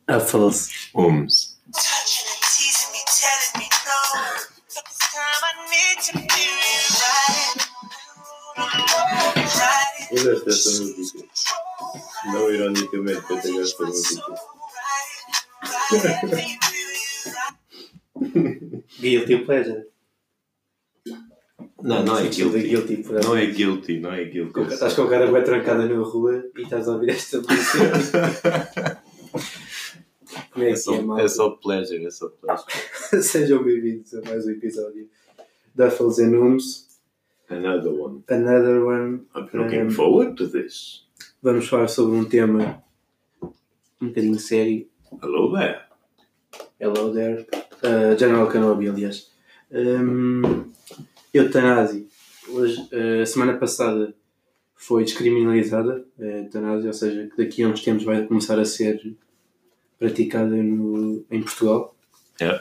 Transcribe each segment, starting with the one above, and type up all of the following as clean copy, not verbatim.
Apples. Homes. Eu gosto dessa música. Não ironicamente, eu até gosto da música. Guilty Pleasure. Não é guilty. Não é guilty. Estás com a cara bem trancada na rua e estás a ouvir esta música. Como é que é só pleasure. Sejam bem-vindos a mais um episódio da Apples and Homes. Another one. I'm looking forward to this. Vamos falar sobre um tema um bocadinho sério. Hello there. General Kenobi, aliás. Eutanásia. Hoje, a semana passada foi descriminalizada a eutanásia, ou seja, que daqui a uns tempos vai começar a ser praticada em Portugal. Yeah.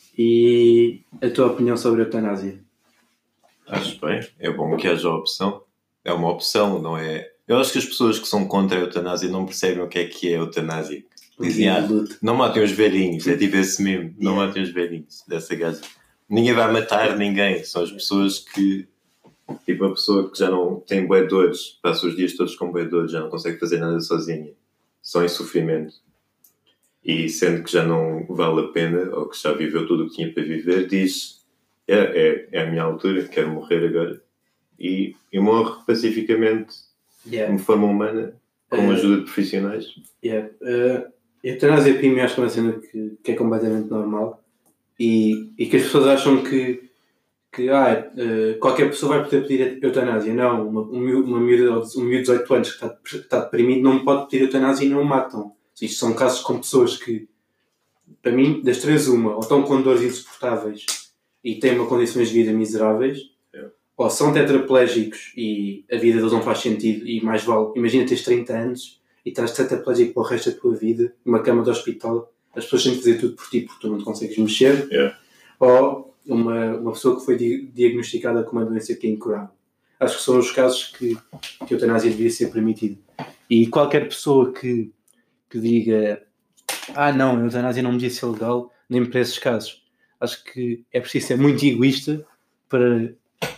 E a tua opinião sobre a eutanásia? Acho bem. É bom que haja a opção. É uma opção, não é? Eu acho que as pessoas que são contra a eutanásia não percebem o que é a eutanásia. Dizem, não matem os velhinhos. É tipo esse mesmo. Não matem os velhinhos dessa gaja. Ninguém vai matar ninguém. São as pessoas que... Tipo, a pessoa que já não tem bué dores, passa os dias todos com bué dores, já não consegue fazer nada sozinha. Só em sofrimento. E sendo que já não vale a pena, ou que já viveu tudo o que tinha para viver, diz... É a minha altura, quero morrer agora. E morre pacificamente, de forma humana, com a ajuda de profissionais. A eutanásia para mim acho que é uma cena que é completamente normal e que as pessoas acham que qualquer pessoa vai poder pedir eutanásia. Não, um miúdo de 18 anos que está deprimido não pode pedir eutanásia e não o matam. Isto são casos com pessoas que, para mim, das três uma, ou estão com dores insuportáveis e têm uma condições de vida miseráveis, ou são tetraplégicos e a vida deles não faz sentido e mais vale, imagina teres 30 anos e estás tetraplégico para o resto da tua vida, numa cama de hospital, as pessoas têm que fazer tudo por ti porque tu não te consegues mexer, ou uma pessoa que foi diagnosticada com uma doença que é incurável. Acho que são os casos que a eutanásia devia ser permitida. E qualquer pessoa que diga não, a eutanásia não devia ser legal, nem para esses casos. Acho que é preciso ser muito egoísta para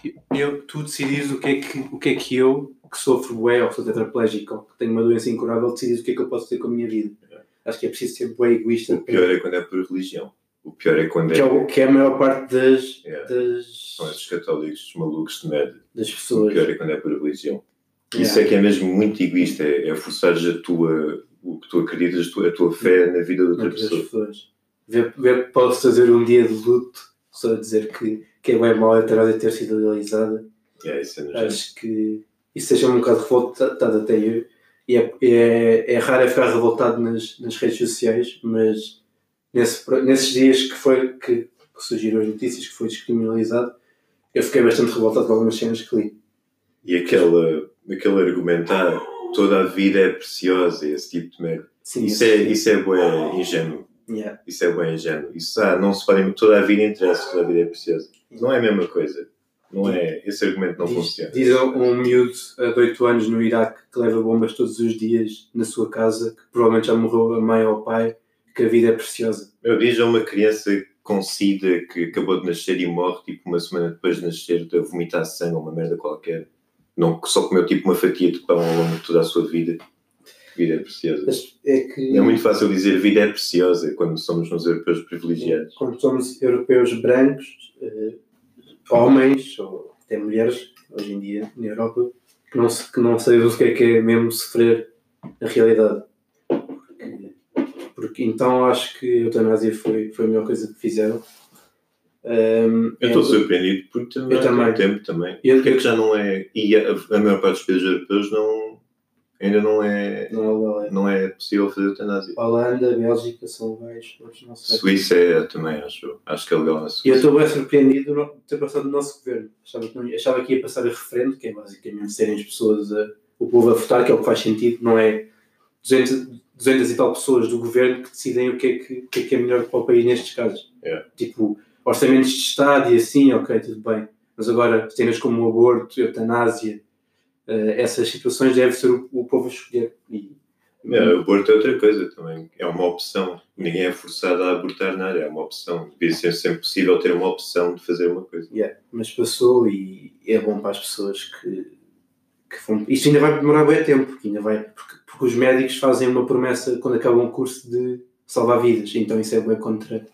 tu decidires o que é que eu, que sofro bué, ou que sou tetraplégico, ou que tenho uma doença incurável, decidir o que é que eu posso ter com a minha vida. Acho que é preciso ser bué egoísta. O pior é quando é por religião. O pior é quando que é a maior parte das... São esses católicos malucos de merda. Das pessoas. O pior é quando é por religião. Isso é que é mesmo muito egoísta. É forçares o que tu acreditas, a tua fé na vida de outra pessoa. Ver que posso fazer um dia de luto só a dizer que é bem mau a eutanásia ter sido legalizada. Acho que isso seja um bocado revoltado até eu. E é raro ficar revoltado nas redes sociais, mas nesses dias que surgiram as notícias que foi descriminalizado, eu fiquei bastante revoltado com algumas cenas que li. E aquele argumentar toda a vida é preciosa, esse tipo de merda. Sim, isso é bué ingênuo. Isso é bem ingênuo. Isso não se pode... Toda a vida interessa, toda a vida é preciosa. Não é a mesma coisa. Não é... Esse argumento não funciona. Diz um miúdo de 8 anos no Iraque que leva bombas todos os dias na sua casa, que provavelmente já morreu a mãe ou o pai, que a vida é preciosa. Diz a uma criança com SIDA que acabou de nascer e morre tipo uma semana depois de nascer, de vomitar sangue ou uma merda qualquer. Não, que só comeu tipo uma fatia de pão ao longo de toda a sua vida. Vida é preciosa. É muito fácil dizer vida é preciosa quando somos uns europeus privilegiados. Quando somos europeus brancos, homens ou até mulheres, hoje em dia, na Europa, que não sabemos o que é mesmo sofrer na realidade. Porque então acho que a eutanásia foi a melhor coisa que fizeram. Eu estou surpreendido porque também há tempo também. Porque é que já não é... E a maior parte dos países europeus ainda não é possível fazer eutanásia. Holanda, Bélgica são legais, não sei. Suíça também, acho que é legal na Suíça. E eu estou bem surpreendido de ter passado do nosso governo. Achava que ia passar a referendo, que é basicamente serem as pessoas, o povo a votar, que é o que faz sentido, não é 200 e tal pessoas do governo que decidem o que é melhor para o país nestes casos. Tipo, orçamentos de Estado e assim, ok, tudo bem. Mas agora, cenas como o aborto, eutanásia, essas situações deve ser o povo a escolher. E O aborto é outra coisa também. É uma opção. Ninguém é forçado a abortar nada. É uma opção. Devia ser sempre possível ter uma opção de fazer uma coisa. Mas passou e é bom para as pessoas que vão... Isto ainda vai demorar bem tempo. Porque os médicos fazem uma promessa quando acabam o curso de salvar vidas. Então isso é bem contra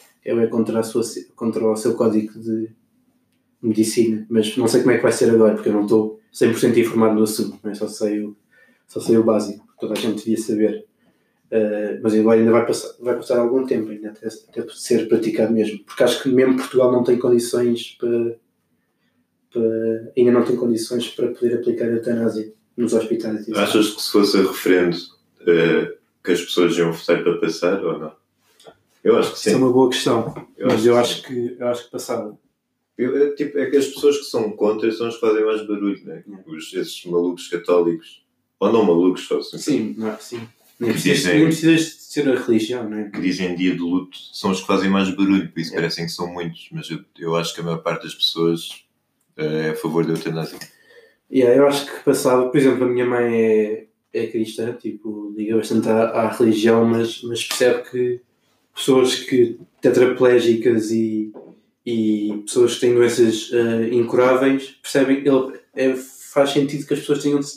o seu código de medicina. Mas não sei como é que vai ser agora, porque eu não estou 100% informado no assunto. Não é? Só sei o básico. Toda a gente devia saber. Mas agora ainda vai passar algum tempo ainda até ser praticado mesmo, porque acho que mesmo Portugal não tem condições ainda não tem condições para poder aplicar a eutanásia nos hospitais. Achas que se fosse a referendo que as pessoas iam votar para passar ou não? Eu acho que sim. Isso é uma boa questão, mas eu acho que passava. É que as pessoas que são contra são as que fazem mais barulho, né? Esses malucos católicos, ou não malucos, só assim. Sim, não é? Sim. Nem precisas de ser a religião, não é? Que dizem dia de luto, são os que fazem mais barulho, por isso parecem que são muitos, mas eu acho que a maior parte das pessoas é a favor da eutanásia. Eu acho que passava, por exemplo, a minha mãe é cristã, tipo, liga bastante à religião, mas percebe que pessoas tetraplégicas e pessoas que têm doenças incuráveis, percebem, faz sentido que as pessoas tenham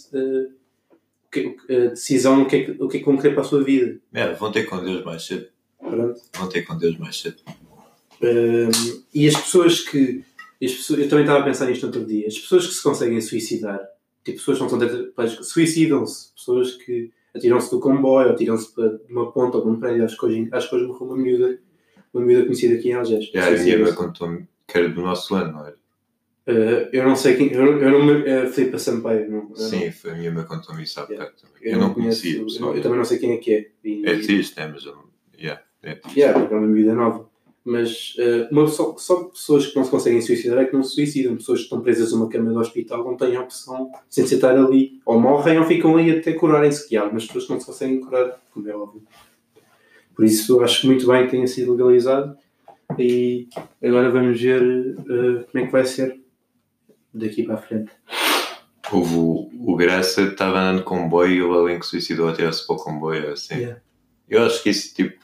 decisão o que é que vão querer para a sua vida. Vão ter com Deus mais cedo. Pronto. Vão ter com Deus mais cedo. E as pessoas que... eu também estava a pensar nisto no outro dia. As pessoas que se conseguem suicidar, tipo pessoas que não são tetraplégicas, suicidam-se. Pessoas que atiram-se do comboio, atiram-se de uma ponta ou de um prédio. Acho que hoje morreu uma miúda conhecida aqui em Algés. A minha irmã contou-me que era do nosso ano, não era? Eu não sei quem... Filipe Sampaio. Não, sim, foi a minha irmã contou-me isso há bocado também. Eu não conhecia. Eu também não sei quem é que é. É triste, mas eu não... é triste. Porque é uma vida nova. Mas só pessoas que não se conseguem suicidar é que não se suicidam. Pessoas que estão presas numa cama do hospital não têm a opção sem estar ali. Ou morrem ou ficam ali até curarem-se. Que há algumas pessoas que não se conseguem curar, como é óbvio. Por isso acho muito bem que tenha sido legalizado. E agora vamos ver como é que vai ser daqui para a frente. O Graça estava andando de comboio e houve alguém que suicidou a tirar-se para o comboio, assim. Eu acho que isso, tipo...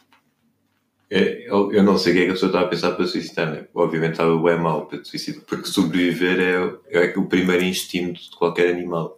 eu não sei o que é que a pessoa estava a pensar para suicidar, né? Obviamente estava bem mal para suicidar, porque sobreviver é o primeiro instinto de qualquer animal.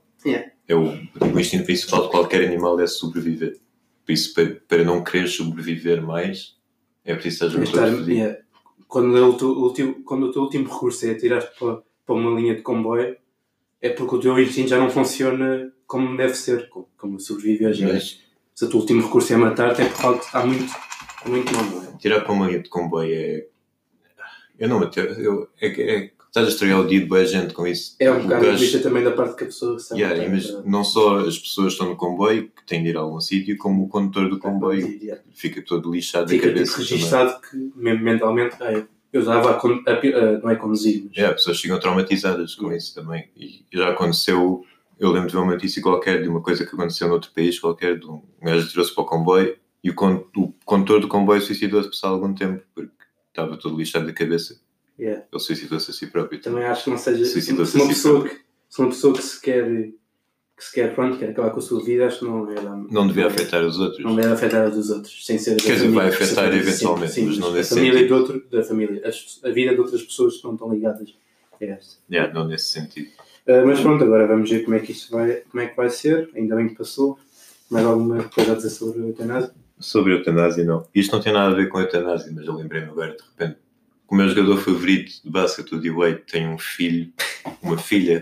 O instinto principal de qualquer animal é sobreviver. Por isso, para não querer sobreviver mais, é preciso estar junto. Quando o teu último recurso é tirar-te para uma linha de comboio, é porque o teu instinto já não funciona como deve ser, como sobreviver. Se o teu último recurso é matar-te, é porque algo está muito mal, não é? Tirar para uma linha de comboio é... Eu não matei... Estás a estragar o dia de boa gente com isso. É um bocado egoísta também da parte que a pessoa sabe. Mas não só as pessoas que estão no comboio, que têm de ir a algum sítio, como o condutor do comboio fica todo lixado da cabeça. Fica registado que, mesmo mentalmente, eu dava não é conduzir. Mas... as pessoas ficam traumatizadas com isso também. E já aconteceu... Eu lembro de ver uma notícia qualquer de uma coisa que aconteceu noutro país qualquer, de um gajo tirou-se para o comboio e o condutor do comboio suicidou-se por algum tempo, porque estava todo lixado da cabeça. Ele suicidou-se a si próprio. Também acho que não seja... Se uma pessoa que se quer acabar com a sua vida, acho que não devia afetar os outros. Não deve afetar os outros, sem ser... Quer dizer, vai afetar eventualmente, sim, mas não nesse sentido. Da família. A vida de outras pessoas que não estão ligadas a esta. Não nesse sentido. Mas pronto, agora vamos ver como é que vai ser. Ainda bem que passou. Mais alguma coisa a dizer sobre a eutanásia? Sobre a eutanásia, não. Isto não tem nada a ver com a eutanásia, mas eu lembrei-me agora, de repente. O meu jogador favorito de basquete, o D-Wade, tem um filho, uma filha,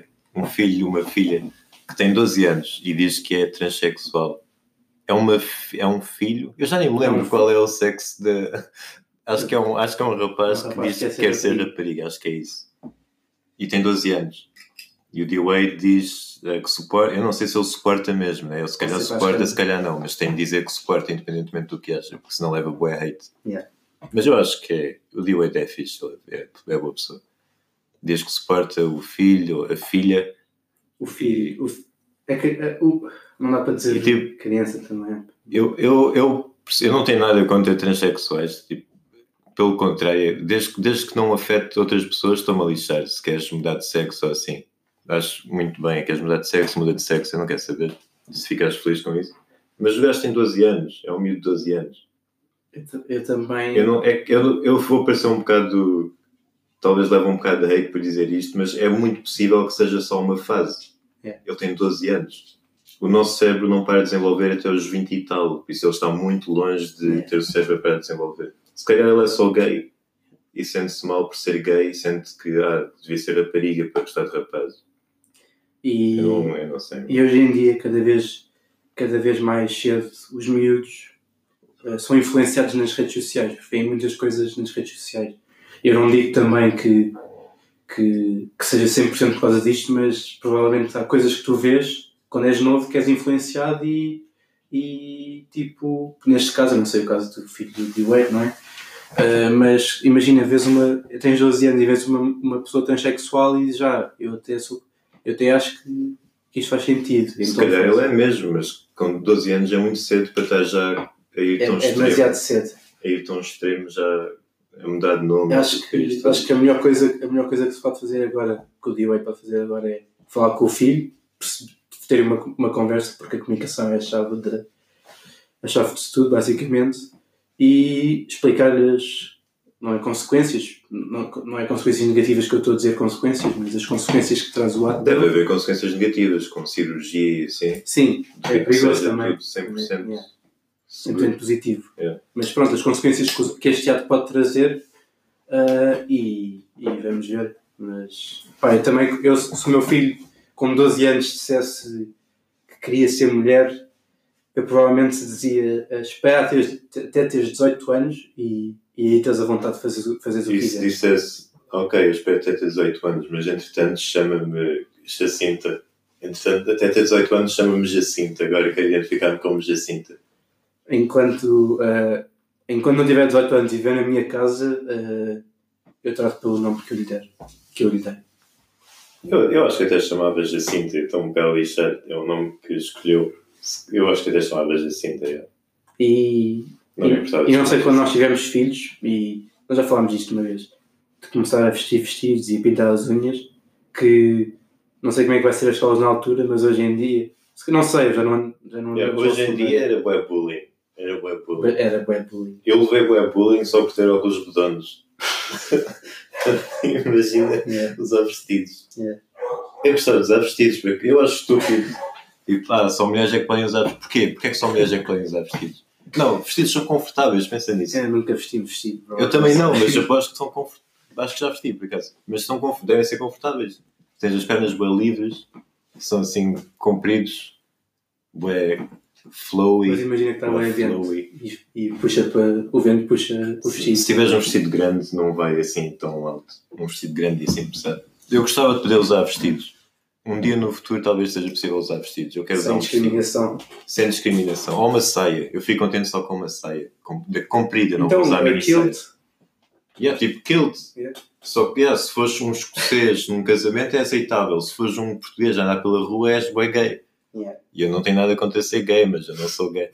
que tem 12 anos e diz que é transexual. É um filho... Eu já nem me lembro qual é o sexo da... Acho que é um rapaz que diz que quer ser rapariga. Acho que é isso. E tem 12 anos. E o D-Wade diz que suporta... Eu não sei se ele suporta mesmo, né? Ele se calhar suporta, se calhar não. Mas tem de dizer que suporta, independentemente do que acha. Porque senão leva bué hate. Mas eu acho que o D-Wade é fixe. É boa pessoa. Diz que suporta o filho, a filha... O filho... não dá para dizer tipo, criança também. Eu não tenho nada contra transexuais. Tipo, pelo contrário, desde que não afete outras pessoas, estou-me a lixar. Se queres mudar de sexo ou assim. Acho muito bem. Queres mudar de sexo, muda de sexo. Eu não quero saber se ficas feliz com isso. Mas o gajo tem 12 anos, é um miúdo de 12 anos. Eu também... Eu vou parecer um bocado... Talvez leve um bocado de hate por dizer isto, mas é muito possível que seja só uma fase. Ele tem 12 anos. O nosso cérebro não para de desenvolver até os 20 e tal, por isso ele está muito longe de ter o cérebro para desenvolver. Se calhar ele é só gay e sente-se mal por ser gay e sente que devia ser rapariga para gostar de rapazes. Eu não sei. E hoje em dia, cada vez mais cedo, os miúdos são influenciados nas redes sociais, porque veem muitas coisas nas redes sociais. Eu não digo também que seja 100% por causa disto, mas provavelmente há coisas que tu vês quando és novo que és influenciado e tipo, neste caso, eu não sei o caso do filho do D-Wade, não é? Mas imagina, tens 12 anos e vês uma pessoa transexual e eu até acho que isto faz sentido. Se então, calhar ele é mesmo, mas com 12 anos é muito cedo para estar já a ir tão extremo. É demasiado cedo. A ir tão extremo já a mudar de nome. Acho que a melhor coisa que se pode fazer agora, que o D-Wade pode fazer agora é falar com o filho, ter uma conversa, porque a comunicação é a chave de tudo, basicamente, e explicar-lhes, não é consequências, não é consequências negativas que eu estou a dizer consequências, mas as consequências que traz o ato. Deve haver consequências negativas, com cirurgia e assim. Sim, é perigoso também. Tudo 100%. 100% positivo. Mas pronto, as consequências que este ato pode trazer e vamos ver. Mas pá, se o meu filho com 12 anos dissesse que queria ser mulher, eu provavelmente dizia espera até teres 18 anos e aí tens a vontade de fazer o que quiseres. E se dissesse, ok, eu espero até ter 18 anos, mas entretanto chama-me Jacinta. Entretanto, até ter 18 anos chama-me Jacinta, agora quero identificar-me como Jacinta. Enquanto não tiver 18 anos e vier na minha casa, eu trato pelo nome que eu lhe der. Eu acho que até chamava Jacinta, então Bela Lixar é o nome que escolheu. Eu acho que até chamava Jacinta. E não sei quando nós tivermos filhos, e nós já falámos disto uma vez, de começar a vestir vestidos e pintar as unhas, que não sei como é que vai ser as escolas na altura, mas hoje em dia, não sei, já não hoje em dia era bué bullying. Era bué bullying. Eu levei bué bullying só por ter óculos redondos. Imagina usar vestidos. Eu gostava de usar vestidos, porque eu acho estúpido. Tipo, só mulheres é que podem usar. Porquê? Porquê é que só mulheres é que podem usar vestidos? Não, vestidos são confortáveis, pensa nisso. Eu nunca vesti um vestido. Eu também não, mas eu acho que são confortáveis. Acho que já vesti, por acaso. Mas devem ser confortáveis. Tens as pernas bem livres, são assim compridos, bem flowy. Mas imagina que está bem vento e puxa para o vento, puxa o vestido. Se tiveres um vestido grande, não vai assim tão alto. Um vestido grande e assim pesado. Eu gostava de poder usar vestidos. Um dia no futuro talvez seja possível usar vestidos. Eu quero usar um discriminação. Sem discriminação. Ou uma saia. Eu fico contente só com uma saia. Comprida, não vou usar mini saia. Tipo kilt. Só que se fores um escocês num casamento é aceitável. Se fores um português a andar pela rua és bué gay. E eu não tenho nada contra ser gay, mas eu não sou gay.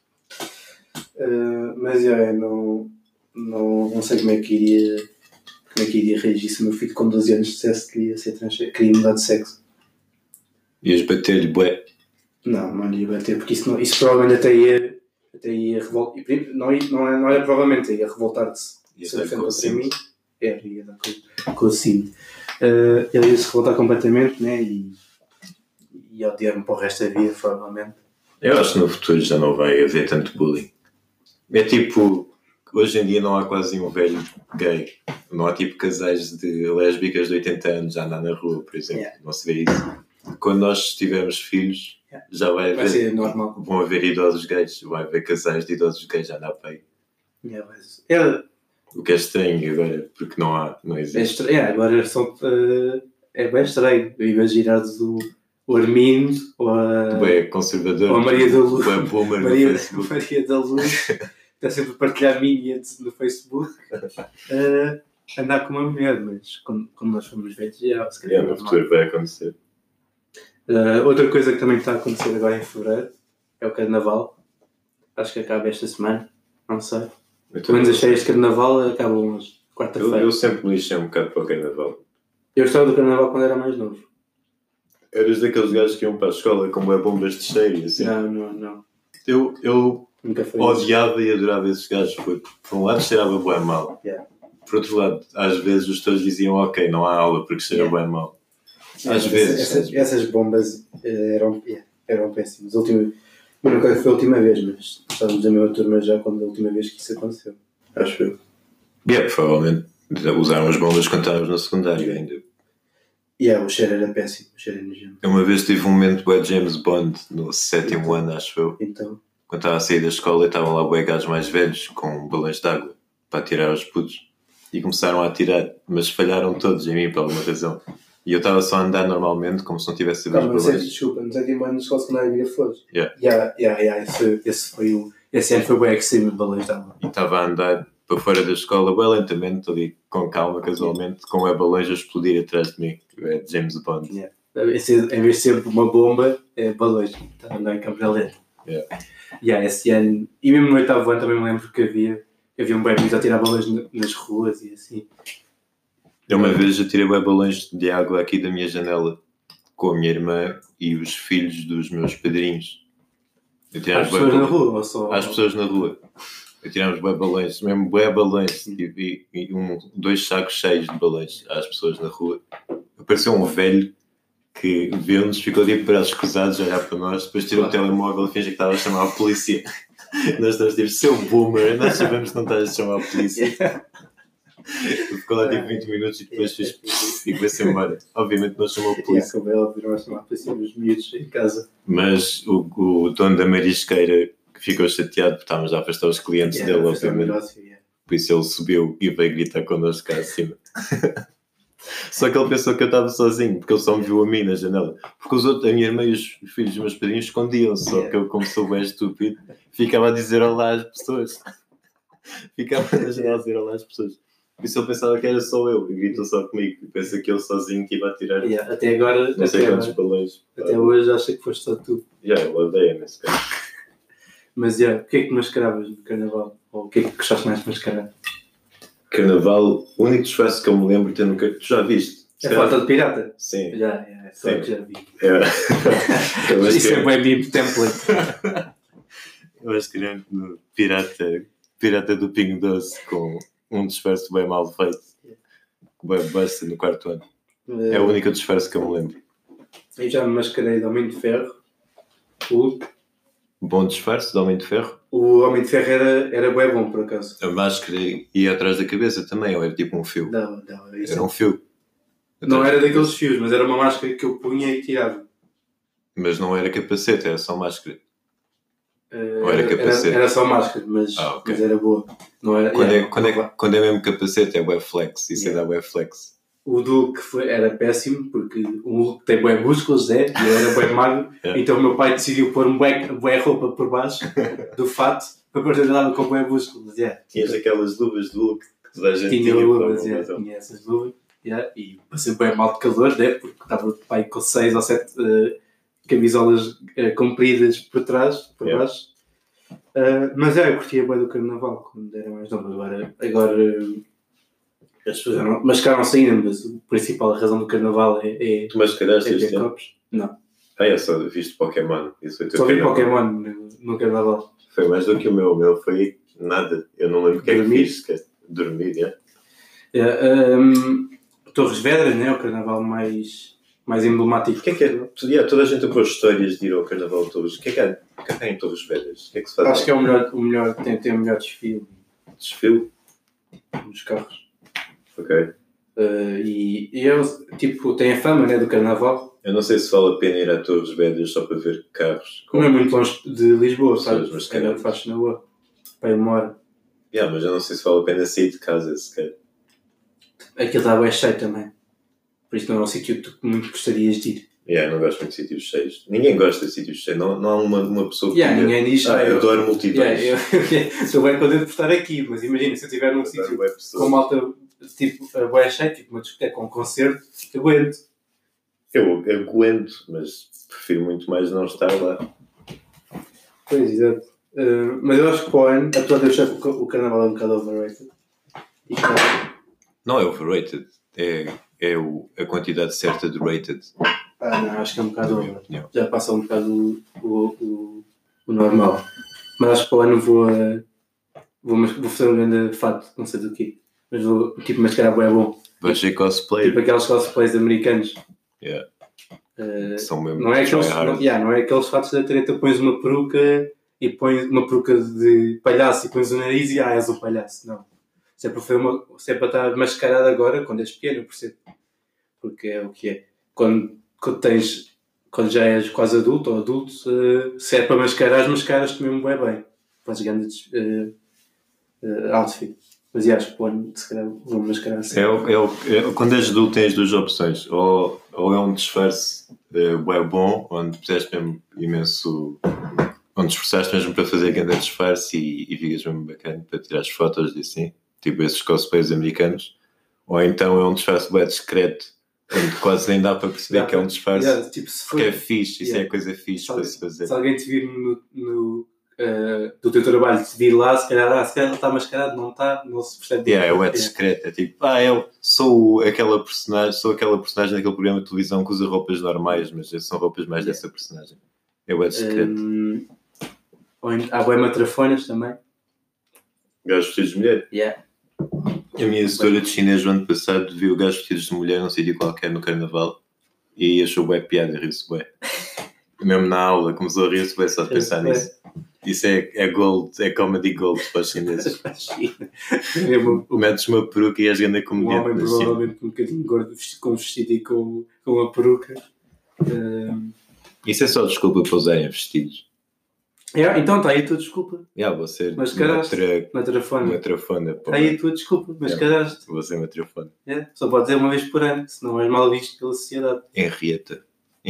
Mas não sei como é que iria reagir se o meu filho com 12 anos dissesse que queria mudar de sexo. Ias bater-lhe bué? Não lhe ia bater, porque isso provavelmente até ia revoltar. Não era provavelmente, ia revoltar-se. Ia dar com o cinto. Ia dar com o cinto. Ele ia se revoltar completamente, né? E odiar-me para o resto da vida, provavelmente. Eu acho que no futuro já não vai haver tanto bullying. É tipo, hoje em dia não há quase um velho gay. Não há tipo casais de lésbicas de 80 anos a andar na rua, por exemplo. Não se vê isso. Quando nós tivermos filhos, já vai haver. Vai ser normal. Vão haver idosos gays. Vai haver casais de idosos gays a andar para aí. O que é estranho agora, porque não existe. Agora é bem estranho. Imaginar-nos o Armindo ou a conservador, ou a Maria da Luz, Maria da Luz, está sempre a partilhar minions no Facebook, andar com uma mulher, mas quando nós formos velhos se calhar no futuro vai acontecer. Outra coisa que também está a acontecer agora em fevereiro é o Carnaval. Acho que acaba esta semana, não sei. Pelo menos as férias de Carnaval acabam hoje, quarta-feira. Eu sempre me lixei um bocado para o Carnaval. Eu gostava do Carnaval quando era mais novo. Eras daqueles gajos que iam para a escola com bombas de cheiro e assim? Não. Eu Nunca foi. odiava e adorava esses gajos. Por um lado, cheirava bem mal. Yeah. Por outro lado, às vezes os teus diziam ok, não há aula porque cheira bem mal. Às vezes. Essas bombas eram péssimas. Mas nunca foi a última vez, mas estávamos na mesma turma já quando a última vez que isso aconteceu. Acho eu. Provavelmente usaram as bombas quando estávamos no secundário ainda. O cheiro era péssimo, o cheiro era nojento. Eu uma vez tive um momento bué James Bond no 7º ano, acho eu. Então. Quando estava a sair da escola, estavam lá bué gajos mais velhos com balões de água para atirar aos putos. E começaram a atirar, mas falharam todos em mim por alguma razão. E eu estava só a andar normalmente, como se não tivesse a ver os balões. Desculpa, no 7º ano de escola secundária havia flores. Esse ano foi bem agressivo de balões de água. E estava a andar para fora da escola, bem lentamente, ali com calma, casualmente, com a balões a explodir atrás de mim. É James Bond. Em vez de ser uma bomba, é balões. Está a andar em câmera lenta. Esse ano, e mesmo no 8º ano também me lembro que havia um bem a tirar balões nas ruas e assim. Eu uma vez atirei balões de água aqui da minha janela com a minha irmã e os filhos dos meus padrinhos. Às pessoas na rua ou só? Às pessoas na rua. Atirámos balões, mesmo balões, e 2 sacos cheios de balões às pessoas na rua. Apareceu um velho que viu-nos, ficou de braços cruzados a olhar para nós, depois tirou o telemóvel e fingiu que estava a chamar a polícia. Nós estamos tipo, seu boomer, nós sabemos que não estás a chamar a polícia. Ficou lá tipo 20 minutos e depois fez e foi-se embora. Obviamente não chamou a polícia. Como é óbvio, não chamar a polícia nos miúdos em casa. Mas o dono da marisqueira ficou chateado porque estávamos a afastar os clientes dele, obviamente. Por isso ele subiu e veio gritar connosco cá acima. Só que ele pensou que eu estava sozinho, porque ele só me viu a mim na janela. Porque os outros, a minha irmã e os filhos dos meus padrinhos escondiam-se, só que eu, como sou bem estúpido, ficava a dizer olá às pessoas. Ficava na janela a dizer olá às pessoas. Por isso ele pensava que era só eu e gritou só comigo. E pensa que ele sozinho que iba a tirar. Até agora, não sei quantos balões. Até hoje acha que foste só tu. Ele odeia nesse caso. Mas o que é que mascaravas no carnaval? Ou o que é que gostaste mais de mascarar? Carnaval, o único disfarce que eu me lembro de ter no carnaval. Tu já viste? A foto de pirata? Sim. Só que já vi. Isso é bem deep template. Eu acho que era no pirata do Pingo Doce com um disfarce bem mal feito. Bem basta no 4º ano. É o único disfarce que eu me lembro. Eu já me mascarei de Homem de Ferro. Bom disfarce de Homem de Ferro? O Homem de Ferro era bem bom, por acaso. A máscara ia atrás da cabeça também, ou era tipo um fio? Não. Era um fio. Não era daqueles fios, mas era uma máscara que eu punha e tirava. Mas não era capacete, era só máscara. Ou era capacete? Era só máscara, mas era boa. Não era, quando é mesmo capacete, é bué flex. Isso é da bué flex. O do Hulk era péssimo, porque o Hulk tem bué músculos, e eu era bué magro. Então o meu pai decidiu pôr bué roupa por baixo do fato para parecer que andava com bué músculos. Tinhas aquelas luvas do Hulk que toda a gente tinha. Tinha essas luvas. E passei bem mal de calor, porque estava o pai com 6 ou 7 camisolas compridas por trás, por baixo. Mas eu curtia bem do carnaval quando era mais novo. Agora as pessoas mascaram-se ainda, mas a principal razão do carnaval é tu mascaraste este ano? Não. Só viste Pokémon. Só vi Pokémon no carnaval. Foi mais do que o meu. O meu foi nada. Eu não lembro o que é que fiz. Dormir, Torres Vedras, né? O carnaval mais emblemático. O que é? Toda a gente pôs histórias de ir ao carnaval de Torres. O que é que há em Torres Vedras? O que é que se faz? Acho que é o melhor, tem o melhor desfile. Desfile? Dos carros. Ok. E eles, têm a fama, né, do carnaval. Eu não sei se vale a pena ir a Torres Vedras só para ver carros. Não é muito longe de Lisboa, sabes? Mas faz na rua. Para ir uma hora. Mas eu não sei se vale a pena sair de casa, sequer. Aquilo está bem cheio também. Por isso não é um sítio que tu muito gostarias de ir. Não gosto muito de sítios cheios. Ninguém gosta de sítios cheios. Não há uma pessoa que ninguém diz. Eu adoro multidões. Estou bem contente por estar aqui, mas imagina, se eu estiver num sítio com malta bem cheio, tipo uma discoteca com um concerto, eu aguento. Eu aguento, mas prefiro muito mais não estar lá. Pois, exato. Mas eu acho que para o ano, apesar de eu achar que o carnaval é um bocado overrated. Não é overrated. É a quantidade certa de rated. Não, acho que é um bocado over. Já passa um bocado o normal. Mas acho que para o ano vou fazer um grande fato, não sei do quê. Mas vou, tipo, mascarar é bom. Vais ser cosplayer. Tipo aqueles cosplays americanos. Yeah. São mesmo não é aqueles fatos da treta, pões uma peruca e pões uma peruca de palhaço e pões o nariz e és um palhaço. Não. Se é para estar mascarado agora, quando és pequeno, eu percebo. Porque é o que é. Quando já és quase adulto ou adulto, se é para mascaras-te mesmo bem. Fazes grandes outfit. Mas acho que se calhar vou mascarar assim. Quando és adulto tens duas opções. Ou é um disfarce bom, onde fizeste mesmo imenso... Onde esforçaste mesmo para fazer grande disfarce e ficas mesmo bacana para tirar as fotos e assim. Tipo esses cosplays americanos. Ou então é um disfarce bem discreto, onde quase nem dá para perceber que é um disfarce. Tipo, porque é fixe, isso é coisa fixe para se fazer. Se alguém te vir do teu trabalho, te vir lá, se calhar ele está mascarado, não está, não se percebe. É o discreto, é tipo, eu sou aquela personagem daquele programa de televisão que usa roupas normais, mas são roupas mais dessa personagem. É o discreto. Há bem matrafonas também. Gajos vestidos de mulher? Yeah. A minha setora de chinês, no ano passado, viu gajos vestidos de mulher num sítio qualquer no carnaval e achou bué piada e riu-se bué. Mesmo na aula, começou a rir-se bué só de pensar nisso. Isso é gold, é comedy gold para os chineses. Metes uma peruca e és grande comediante. Um homem provavelmente um bocadinho gordo com um vestido e com uma peruca. Isso é só desculpa para usarem vestidos. Então está aí a tua desculpa. Vou ser matrafona. Está aí a tua desculpa, mascaraste. Vou ser matrafona. Só pode dizer uma vez por ano, senão és mal visto pela sociedade. Henrietta.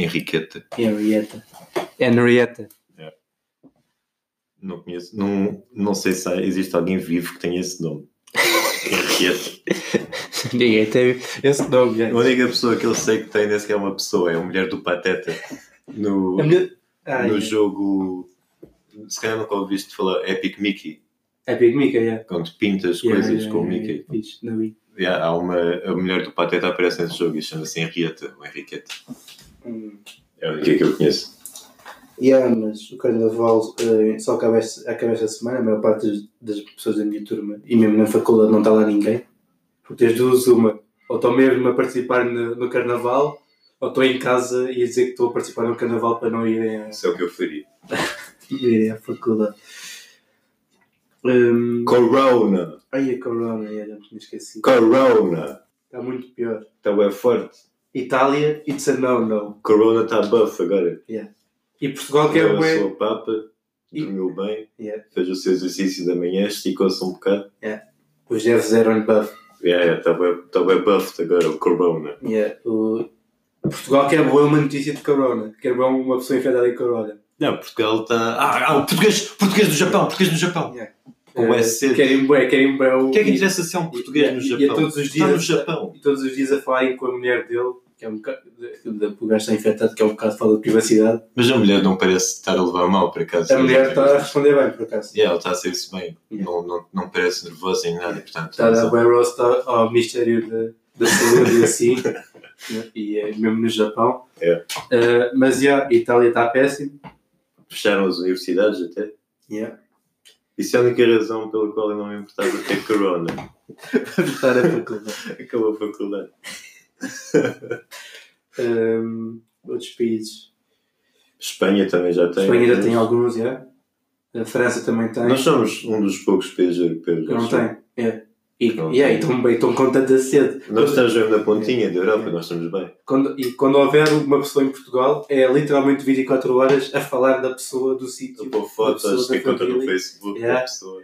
Não conheço, não sei se existe alguém vivo que tenha esse nome. Henrietta. Ninguém tem esse nome. A única pessoa que eu sei que tem nesse que é uma pessoa, é a mulher do Pateta. No jogo... Se calhar nunca ouviste falar Epic Mickey. Quando pintas coisas com o Mickey. Não vi. A mulher do Pateta aparece nesse jogo e chama-se Henrietta ou Henriqueta. É a única que eu conheço. Mas o carnaval só acaba esta semana. A maior parte das pessoas da minha turma e mesmo na faculdade não está lá ninguém. Porque tens duas, uma. Ou estou mesmo a participar no carnaval, ou estou em casa e a dizer que estou a participar no carnaval para não irem Isso é o que eu faria. irem à faculdade. Corona! A Corona, já me tinha esquecido. Corona! Está muito pior. Está bem forte. Itália, it's a no-no. Corona está buff agora. E Portugal que é o bem. O Papa dormiu bem, fez o seu exercício da manhã, esticou-se um bocado. Os devs eram buff. Está bem buffed agora, o Corona. Portugal quer boa uma notícia de Corona. Quer boa uma pessoa infectada em Corona. Não, Portugal está... o português do Japão. Como é cedo. Querem bué o... O que é que interessa ser um português no Japão? Todos os dias, está no Japão. E todos os dias a falarem com a mulher dele, que é um bocado... O gajo está infectado, que é um bocado de falta de privacidade. Mas a mulher não parece estar a levar mal, por acaso. A mulher está a responder bem, por acaso. Ela está a sair-se bem. Não parece nervosa em nada, portanto... Está a dar bem roast ao Ministério da Saúde e assim. E é mesmo no Japão. Mas Itália está péssimo. Fecharam as universidades até. Isso é a única razão pela qual eu não me importava de ter Corona. Para voltar à faculdade. Acabou a faculdade. Outros países. Espanha também já tem. Espanha já tem alguns, A França também tem. Nós somos um dos poucos países europeus. Que não tem. E estão com tanta sede. Nós estamos mesmo na pontinha da Europa, nós estamos bem. Quando houver uma pessoa em Portugal, é literalmente 24 horas a falar da pessoa, do sítio. Pôr fotos que encontra no Facebook da pessoa.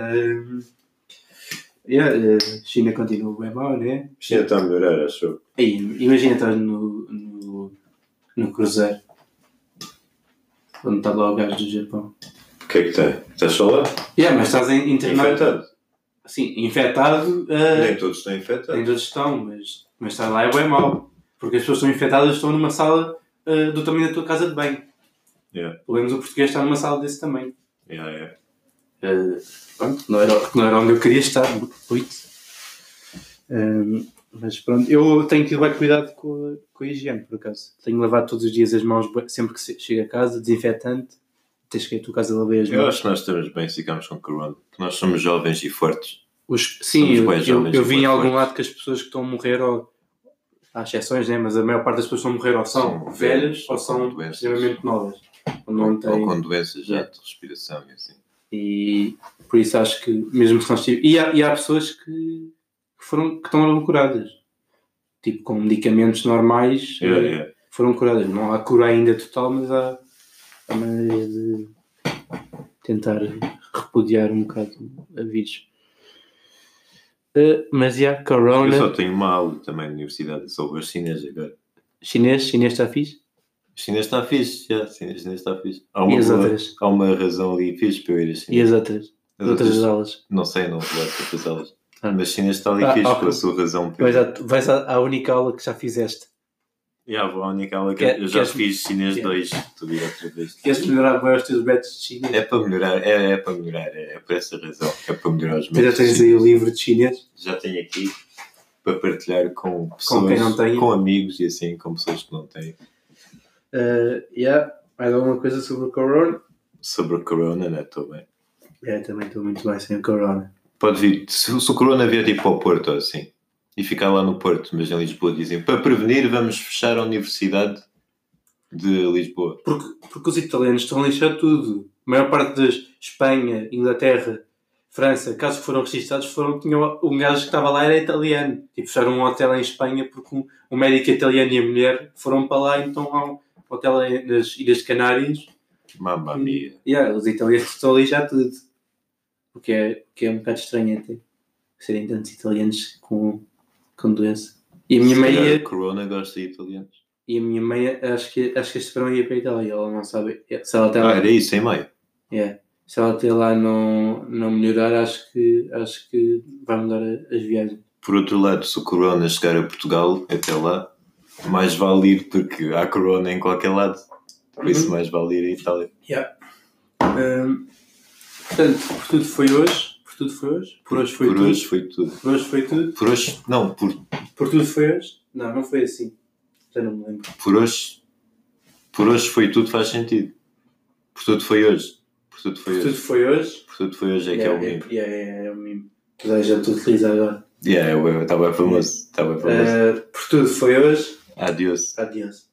China continua bem mal, né? China está a melhorar, acho. Imagina estar no cruzeiro. Onde está lá o gajo do Japão. O que é que tem? Estás só lá? Mas estás internado. Infectado? Sim, infectado. Nem todos estão infectados. Nem todos estão, mas estar lá é bem mau. Porque as pessoas estão infectadas estão numa sala do tamanho da tua casa de banho. Pelo menos o português está numa sala desse tamanho. Pronto, não era onde eu queria estar. Mas pronto, eu tenho que ir bem cuidado com a higiene, por acaso. Tenho que lavar todos os dias as mãos sempre que chego a casa, desinfetante. tens que ir à tua casa lavar as Eu mãos. acho que nós estamos bem se ficamos com corona. Nós somos jovens e fortes. Sim, Somos eu vi em algum fortes. lado que as pessoas que estão a morrer, há exceções, né? Mas a maior parte das pessoas que estão a morrer ou são velhas ou são doenças. extremamente novas. Não Ou com doenças já de respiração e assim. E por isso acho que mesmo se nós tivermos... E há pessoas que estão curadas. Tipo, com medicamentos normais foram curadas. Não há cura ainda total, mas há a maneira de tentar repudiar um bocado a vírus. Mas corona... Eu só tenho uma aula também na universidade sobre os chineses agora. Chinês está fixe? O chinês está fixe, chinês está fixe. Há uma razão ali fixe para eu ir a chinês. E as outras? As outras aulas? Não sei, não vou as outras aulas. Mas chinês está ali fixe com a sua razão. Vais à única aula que já fizeste. Vou à única aula que eu já fiz chinês 2. Tu vi outra vez. Queres melhorar bem os teus métodos de chinês? É para melhorar, é por essa razão. É para melhorar os métodos. Já tens aí o livro de chinês? Já tenho aqui para partilhar com pessoas, com quem não tem. Com amigos e assim, com pessoas que não têm. Mais alguma coisa sobre o corona? Sobre o corona, não estou bem. Também estou muito bem sem o corona. Pode vir, se o corona vier tipo ao Porto ou assim, e ficar lá no Porto, mas em Lisboa dizem, para prevenir vamos fechar a Universidade de Lisboa. Porque os italianos estão a lixar tudo. A maior parte das Espanha, Inglaterra, França, casos foram registrados, tinham um gajo que estava lá era italiano. Tipo, fecharam um hotel em Espanha porque um médico italiano e a mulher foram para lá, então há um hotel nas Ilhas Canárias. Mamma mia. Os italianos estão a lixar tudo. O que é um bocado estranho até. Serem tantos italianos com doença. E a minha mãe... Corona gosta de italianos. E a minha mãe, acho que este verão ia para a Itália. Ela não sabe... Se ela até lá, era isso, em maio? Se ela até lá não melhorar, acho que vai mudar as viagens. Por outro lado, se o corona chegar a Portugal, até lá, mais vale ir, porque há corona em qualquer lado. Por isso mais vale ir à Itália. Portanto, por tudo foi hoje. Por hoje foi tudo. Por tudo foi hoje? Não foi assim. Já não me lembro. Por hoje foi tudo, faz sentido. Por tudo foi hoje. Por tudo foi hoje é que é o mimo. É o mimo. Toda a gente utiliza agora. Está bem famoso. Por tudo foi hoje. Adiós.